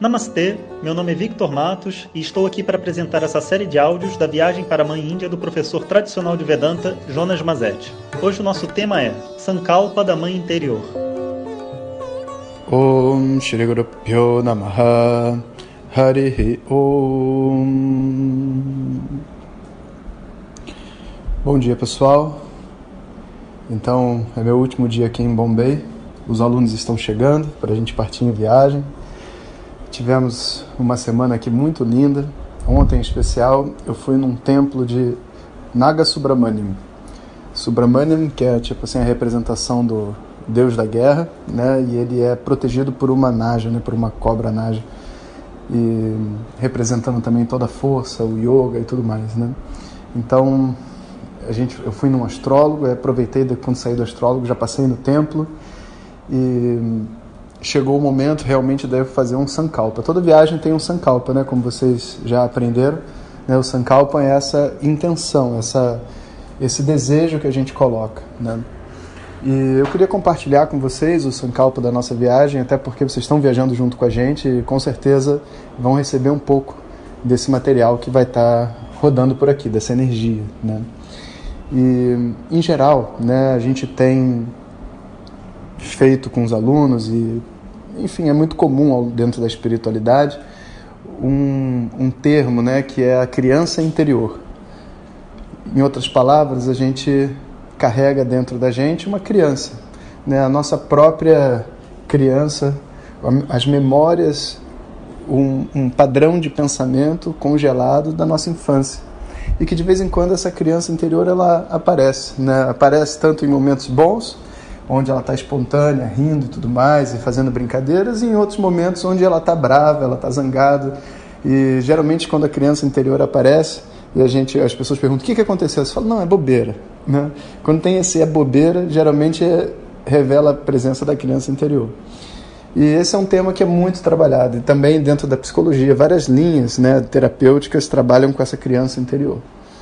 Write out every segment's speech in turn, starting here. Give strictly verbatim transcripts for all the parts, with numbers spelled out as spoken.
Namastê, meu nome é Victor Matos e estou aqui para apresentar essa série de áudios da viagem para a Mãe Índia do professor tradicional de Vedanta, Jonas Mazetti. Hoje o nosso tema é Sankalpa da Mãe Interior. Om Shri Guru Pyo Namaha Harihi Om. Bom dia, pessoal. Então, é meu último dia aqui em Bombay. Os alunos estão chegando para a gente partir em viagem. Tivemos uma semana aqui muito linda. Ontem, em especial, eu fui num templo de Naga Subramaniam. Subramaniam, que é tipo assim a representação do deus da guerra, né? E ele é protegido por uma naja, né? Por uma cobra naja, e representando também toda a força, o yoga e tudo mais, né? Então, a gente, eu fui num astrólogo, aproveitei de, quando saí do astrólogo, já passei no templo e chegou o momento realmente de eu fazer um sankalpa. Toda viagem tem um sankalpa, né? Como vocês já aprenderam, né? O sankalpa é essa intenção, essa, esse desejo que a gente coloca, né? E eu queria compartilhar com vocês o sankalpa da nossa viagem, até porque vocês estão viajando junto com a gente e com certeza vão receber um pouco desse material que vai estar rodando por aqui, dessa energia, né? E, em geral, né, a gente tem feito com os alunos e, enfim, é muito comum dentro da espiritualidade um, um termo, né, que é a criança interior. Em outras palavras, a gente carrega dentro da gente uma criança, né, a nossa própria criança, as memórias, um, um padrão de pensamento congelado da nossa infância. E que de vez em quando essa criança interior ela aparece, né? Aparece tanto em momentos bons, onde ela está espontânea, rindo e tudo mais, e fazendo brincadeiras, e em outros momentos onde ela está brava, ela está zangada. E geralmente quando a criança interior aparece, e a gente, as pessoas perguntam, o que, que aconteceu? Você fala, não, é bobeira, né? Quando tem esse é bobeira, geralmente é, revela a presença da criança interior. E esse é um tema que é muito trabalhado, e também dentro da psicologia, várias linhas, né, terapêuticas trabalham com essa criança interior.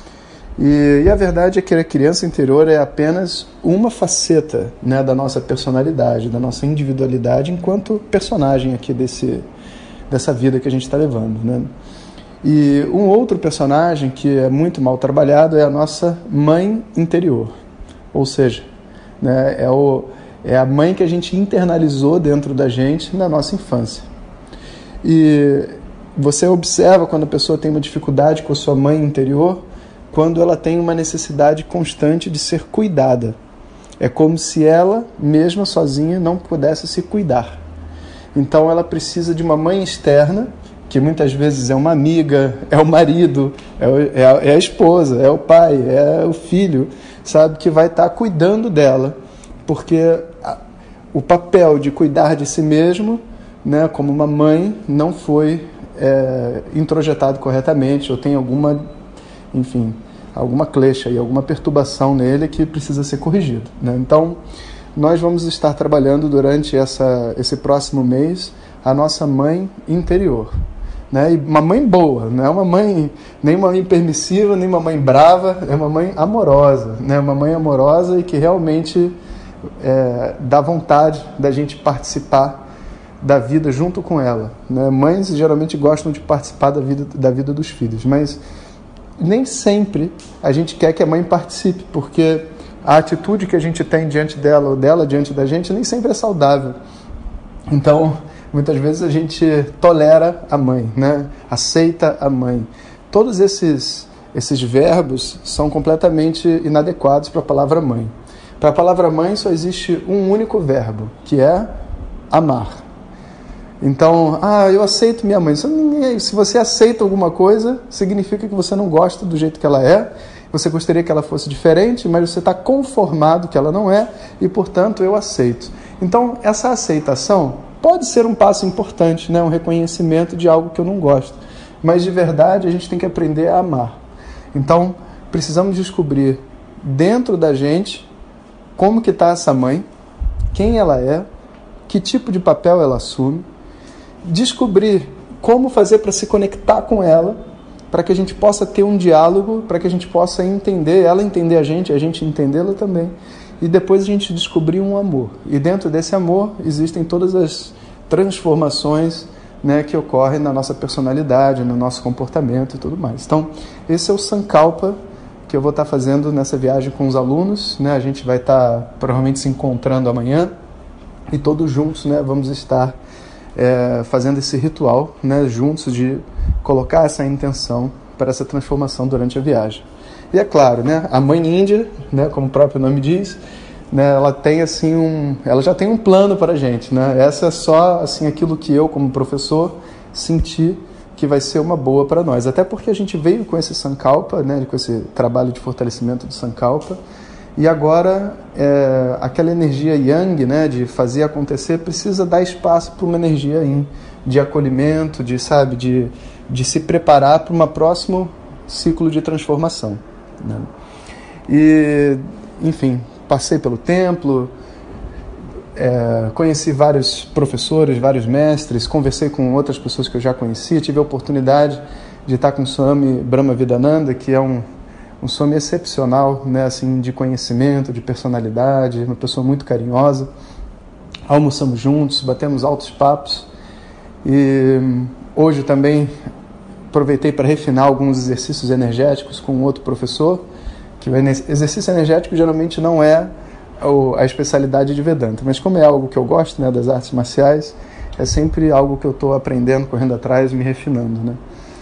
E, e a verdade é que a criança interior é apenas uma faceta, né, da nossa personalidade, da nossa individualidade enquanto personagem aqui desse, dessa vida que a gente está levando, né? E um outro personagem que é muito mal trabalhado é a nossa mãe interior, ou seja, né, é o É a mãe que a gente internalizou dentro da gente na nossa infância. E você observa quando a pessoa tem uma dificuldade com a sua mãe interior, quando ela tem uma necessidade constante de ser cuidada. É como se ela, mesma sozinha, não pudesse se cuidar. Então ela precisa de uma mãe externa, que muitas vezes é uma amiga, é o marido, é, o, é, a, é a esposa, é o pai, é o filho, sabe, que vai estar cuidando dela. Porque o papel de cuidar de si mesmo, né, como uma mãe, não foi é, introjetado corretamente, ou tem alguma, enfim, alguma cleixa e alguma perturbação nele que precisa ser corrigido, né? Então, nós vamos estar trabalhando durante essa, esse próximo mês a nossa mãe interior, né? E uma mãe boa, não é uma mãe, nem uma mãe permissiva, nem uma mãe brava, é uma mãe amorosa, né? Uma mãe amorosa e que realmente É, dá vontade da gente participar da vida junto com ela, né? Mães geralmente gostam de participar da vida, da vida dos filhos, mas nem sempre a gente quer que a mãe participe, porque a atitude que a gente tem diante dela ou dela diante da gente nem sempre é saudável. Então, muitas vezes a gente tolera a mãe, né? Aceita a mãe. Todos esses, esses verbos são completamente inadequados para a palavra mãe. Para a palavra mãe só existe um único verbo, que é amar. Então, ah, eu aceito minha mãe. Se você aceita alguma coisa, significa que você não gosta do jeito que ela é, você gostaria que ela fosse diferente, mas você está conformado que ela não é, e, portanto, eu aceito. Então, essa aceitação pode ser um passo importante, né? Um reconhecimento de algo que eu não gosto. Mas, de verdade, a gente tem que aprender a amar. Então, precisamos descobrir dentro da gente como que está essa mãe, quem ela é, que tipo de papel ela assume, descobrir como fazer para se conectar com ela, para que a gente possa ter um diálogo, para que a gente possa entender, ela entender a gente, a gente entendê-la também, e depois a gente descobrir um amor. E dentro desse amor existem todas as transformações né, que ocorre na nossa personalidade, no nosso comportamento e tudo mais. Então, esse é o Sankalpa que eu vou estar fazendo nessa viagem com os alunos, né? A gente vai estar provavelmente se encontrando amanhã e todos juntos, né, vamos estar é, fazendo esse ritual, né, juntos, de colocar essa intenção para essa transformação durante a viagem. E é claro, né, a Mãe Índia, né, como o próprio nome diz, né, ela tem assim um, ela já tem um plano para a gente, né? Essa é só assim aquilo que eu, como professor, senti que vai ser uma boa para nós. Até porque a gente veio com esse Sankalpa, né, com esse trabalho de fortalecimento do Sankalpa, e agora é, aquela energia Yang, né, de fazer acontecer, precisa dar espaço para uma energia Yin, de acolhimento, de, sabe, de, de se preparar para um próximo ciclo de transformação, né? E, enfim, passei pelo templo, É, conheci vários professores, vários mestres, conversei com outras pessoas que eu já conhecia, tive a oportunidade de estar com o Swami Brahmavidananda, que é um, um Swami excepcional, né, assim, de conhecimento, de personalidade, uma pessoa muito carinhosa. Almoçamos juntos, batemos altos papos, e hoje também aproveitei para refinar alguns exercícios energéticos com outro professor, que o exercício energético geralmente não é a especialidade de Vedanta, mas como é algo que eu gosto, né, das artes marciais, é sempre algo que eu estou aprendendo, correndo atrás, me refinando, né?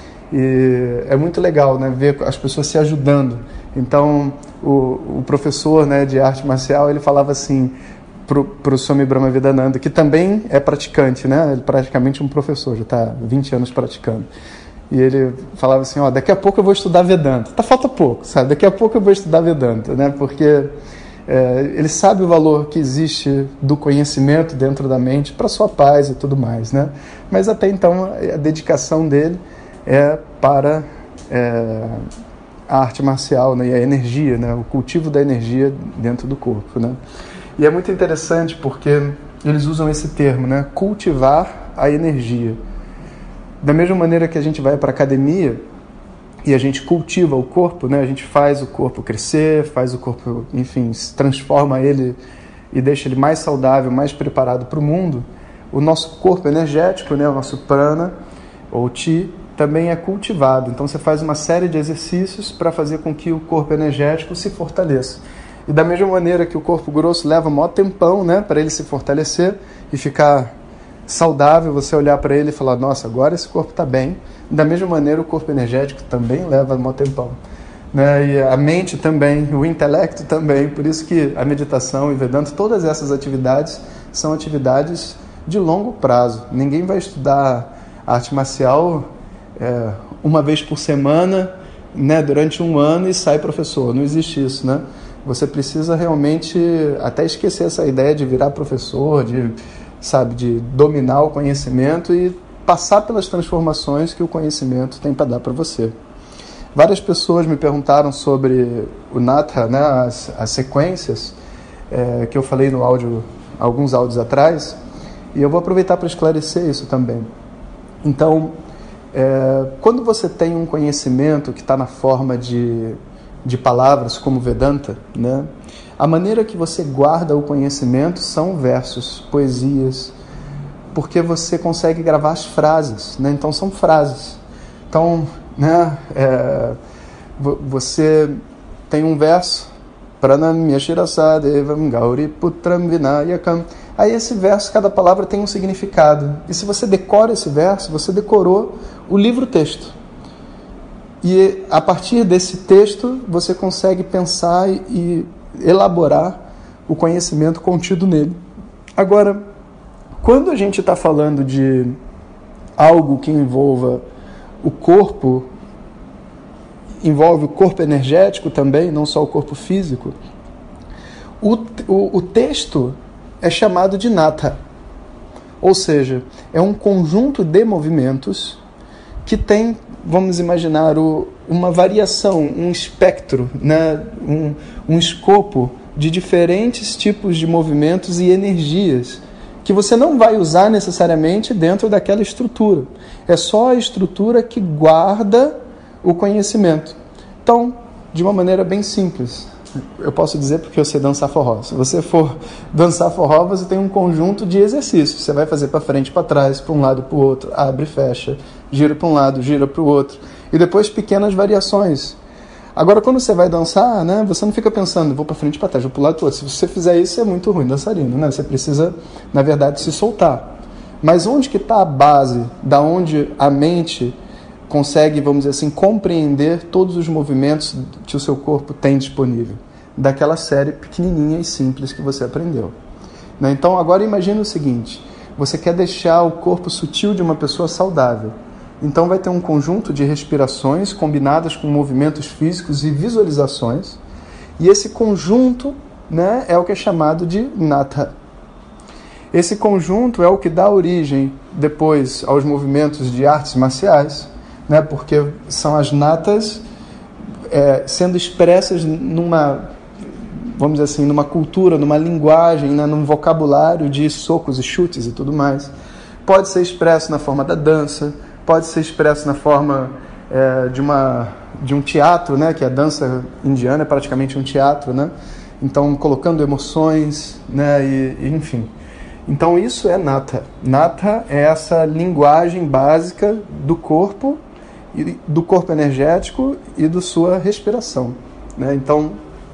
E é muito legal, né, ver as pessoas se ajudando. Então, o, o professor, né, de arte marcial, ele falava assim para o Swami Brahmavidananda, que também é praticante, né? Ele é praticamente um professor, já está vinte anos praticando. E ele falava assim, ó, daqui a pouco eu vou estudar Vedanta. Tá, falta pouco, sabe? Daqui a pouco eu vou estudar Vedanta, né? Porque É, ele sabe o valor que existe do conhecimento dentro da mente para sua paz e tudo mais, né? Mas até então a dedicação dele é para é, a arte marcial, né? E a energia, né? O cultivo da energia dentro do corpo, né? E é muito interessante porque eles usam esse termo, né? Cultivar a energia. Da mesma maneira que a gente vai para a academia e a gente cultiva o corpo, né? A gente faz o corpo crescer, faz o corpo, enfim, transforma ele e deixa ele mais saudável, mais preparado para o mundo. O nosso corpo energético, né? O nosso prana, ou chi, também é cultivado. Então você faz uma série de exercícios para fazer com que o corpo energético se fortaleça. E da mesma maneira que o corpo grosso leva um maior tempão, né? Para ele se fortalecer e ficar saudável, você olhar para ele e falar, nossa, agora esse corpo está bem. Da mesma maneira, o corpo energético também leva um tempão, né? E a mente também, o intelecto também. Por isso que a meditação e Vedanta, todas essas atividades são atividades de longo prazo. Ninguém vai estudar arte marcial é, uma vez por semana, né, durante um ano e sai professor. Não existe isso, né? Você precisa realmente até esquecer essa ideia de virar professor, de, sabe, de dominar o conhecimento e passar pelas transformações que o conhecimento tem para dar para você. Várias pessoas me perguntaram sobre o Natha, né, as, as sequências é, que eu falei no áudio, alguns áudios atrás, e eu vou aproveitar para esclarecer isso também. Então, é, quando você tem um conhecimento que está na forma de, de palavras como Vedanta, né, a maneira que você guarda o conhecimento são versos, poesias, porque você consegue gravar as frases, né? Então são frases. Então, né, é, você tem um verso, Pranamya Shirasadevam Gauri Putram Vinayakam. Aí esse verso, cada palavra tem um significado. E se você decora esse verso, você decorou o livro-texto. E a partir desse texto, você consegue pensar e elaborar o conhecimento contido nele. Agora, quando a gente está falando de algo que envolva o corpo, envolve o corpo energético também, não só o corpo físico, o, o, o texto é chamado de Natha. Ou seja, é um conjunto de movimentos que tem, vamos imaginar, o, uma variação, um espectro, né? um, um escopo de diferentes tipos de movimentos e energias que você não vai usar necessariamente dentro daquela estrutura. É só a estrutura que guarda o conhecimento. Então, de uma maneira bem simples, eu posso dizer porque eu sei dançar forró. Se você for dançar forró, você tem um conjunto de exercícios. Você vai fazer para frente, para trás, para um lado e para o outro, abre e fecha, gira para um lado, gira para o outro. E depois pequenas variações. Agora, quando você vai dançar, né, você não fica pensando, vou para frente e para trás, vou para o lado e para o outro. Se você fizer isso, é muito ruim dançarino, né? Você precisa, na verdade, se soltar. Mas onde que está a base, da onde a mente consegue, vamos dizer assim, compreender todos os movimentos que o seu corpo tem disponível? Daquela série pequenininha e simples que você aprendeu. Né? Então, agora imagine o seguinte, você quer deixar o corpo sutil de uma pessoa saudável. Então vai ter um conjunto de respirações combinadas com movimentos físicos e visualizações. E esse conjunto, né, é o que é chamado de Natha. Esse conjunto é o que dá origem depois aos movimentos de artes marciais, né, porque são as natas é, sendo expressas numa, vamos dizer assim, numa cultura, numa linguagem, né, num vocabulário de socos e chutes e tudo mais. Pode ser expresso na forma da dança, pode ser expresso na forma é, de, uma, de um teatro, né, que a dança indiana é praticamente um teatro, né? Então, colocando emoções, né, e, e, enfim. Então, isso é Natha. Natha é essa linguagem básica do corpo, do corpo energético e da sua respiração. Né? Então,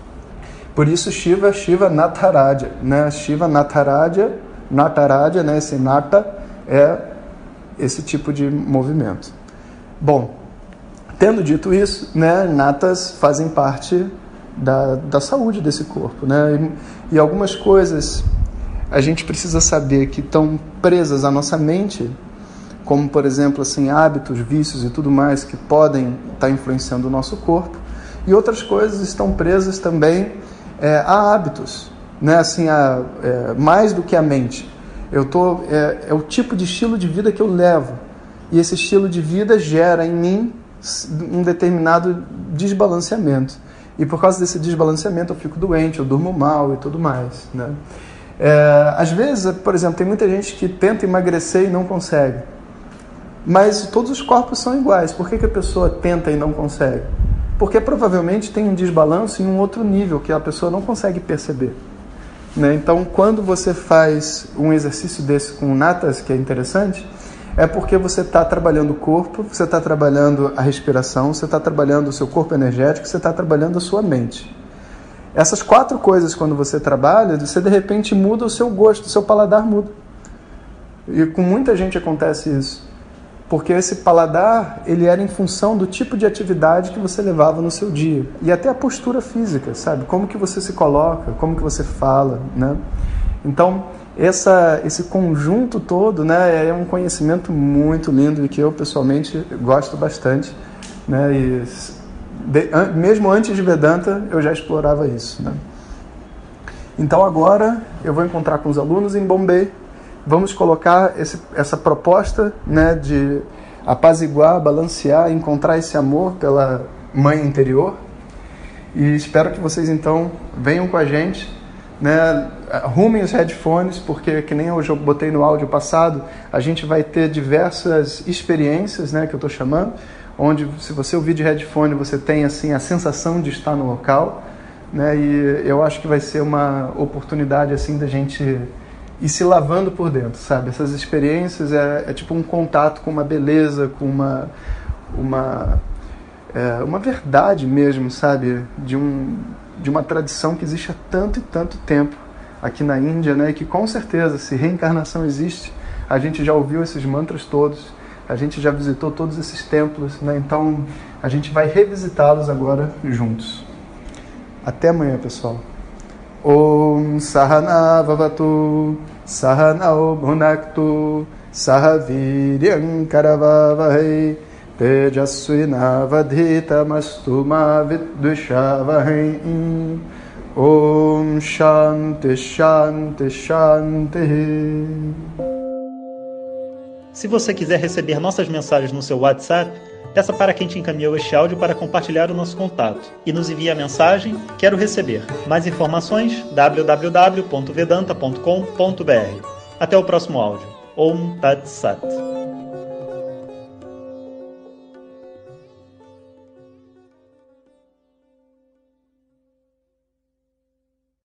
por isso Shiva, Shiva Nataraja. Né? Shiva Nataraja, Nataraja, né? Esse Nata é esse tipo de movimento. Bom, tendo dito isso, né, natas fazem parte da, da saúde desse corpo, né? E, e algumas coisas a gente precisa saber que estão presas à nossa mente, como, por exemplo, assim, hábitos, vícios e tudo mais que podem estar influenciando o nosso corpo, e outras coisas estão presas também é, a hábitos, né? Assim, a, é, mais do que a mente. Eu tô, é, é o tipo de estilo de vida que eu levo. E esse estilo de vida gera em mim um determinado desbalanceamento. E por causa desse desbalanceamento eu fico doente, eu durmo mal e tudo mais. Né? É, às vezes, por exemplo, tem muita gente que tenta emagrecer e não consegue. Mas todos os corpos são iguais. Por que que a pessoa tenta e não consegue? Porque provavelmente tem um desbalanço em um outro nível que a pessoa não consegue perceber. Né? Então, quando você faz um exercício desse com natas, que é interessante, é porque você está trabalhando o corpo, você está trabalhando a respiração, você está trabalhando o seu corpo energético, você está trabalhando a sua mente. Essas quatro coisas, quando você trabalha, você de repente muda o seu gosto, o seu paladar muda. E com muita gente acontece isso. Porque esse paladar, ele era em função do tipo de atividade que você levava no seu dia. E até a postura física, sabe? Como que você se coloca, como que você fala, né? Então, essa, esse conjunto todo, né, é um conhecimento muito lindo e que eu, pessoalmente, gosto bastante. Né? E de, an, mesmo antes de Vedanta, eu já explorava isso. Né? Então, agora, eu vou encontrar com os alunos em Bombay. Vamos colocar esse, essa proposta, né, de apaziguar, balancear, encontrar esse amor pela mãe interior. E espero que vocês, então, venham com a gente, né, arrumem os headphones, porque, que nem eu já botei no áudio passado, a gente vai ter diversas experiências, né, que eu estou chamando, onde, se você ouvir de headphone, você tem assim, a sensação de estar no local. Né, e eu acho que vai ser uma oportunidade assim, da gente e se lavando por dentro, sabe? Essas experiências é, é tipo um contato com uma beleza, com uma, uma, é, uma verdade mesmo, sabe? De, um, de uma tradição que existe há tanto e tanto tempo aqui na Índia, né? E que com certeza, se reencarnação existe, a gente já ouviu esses mantras todos, a gente já visitou todos esses templos, né? Então a gente vai revisitá-los agora juntos. Até amanhã, pessoal. Om Sahana Vavatu Sahanao Bhunaktu Sahaviryam Karavavahai Tejasvina Vadhita Mastuma Vidvishavahai. Om Shanti Shanti Shanti. Se você quiser receber nossas mensagens no seu WhatsApp, peça para quem te encaminhou este áudio para compartilhar o nosso contato e nos envie a mensagem "Quero receber". Mais informações w w w ponto vedanta ponto com ponto b r. Até o próximo áudio. Om Tat Sat.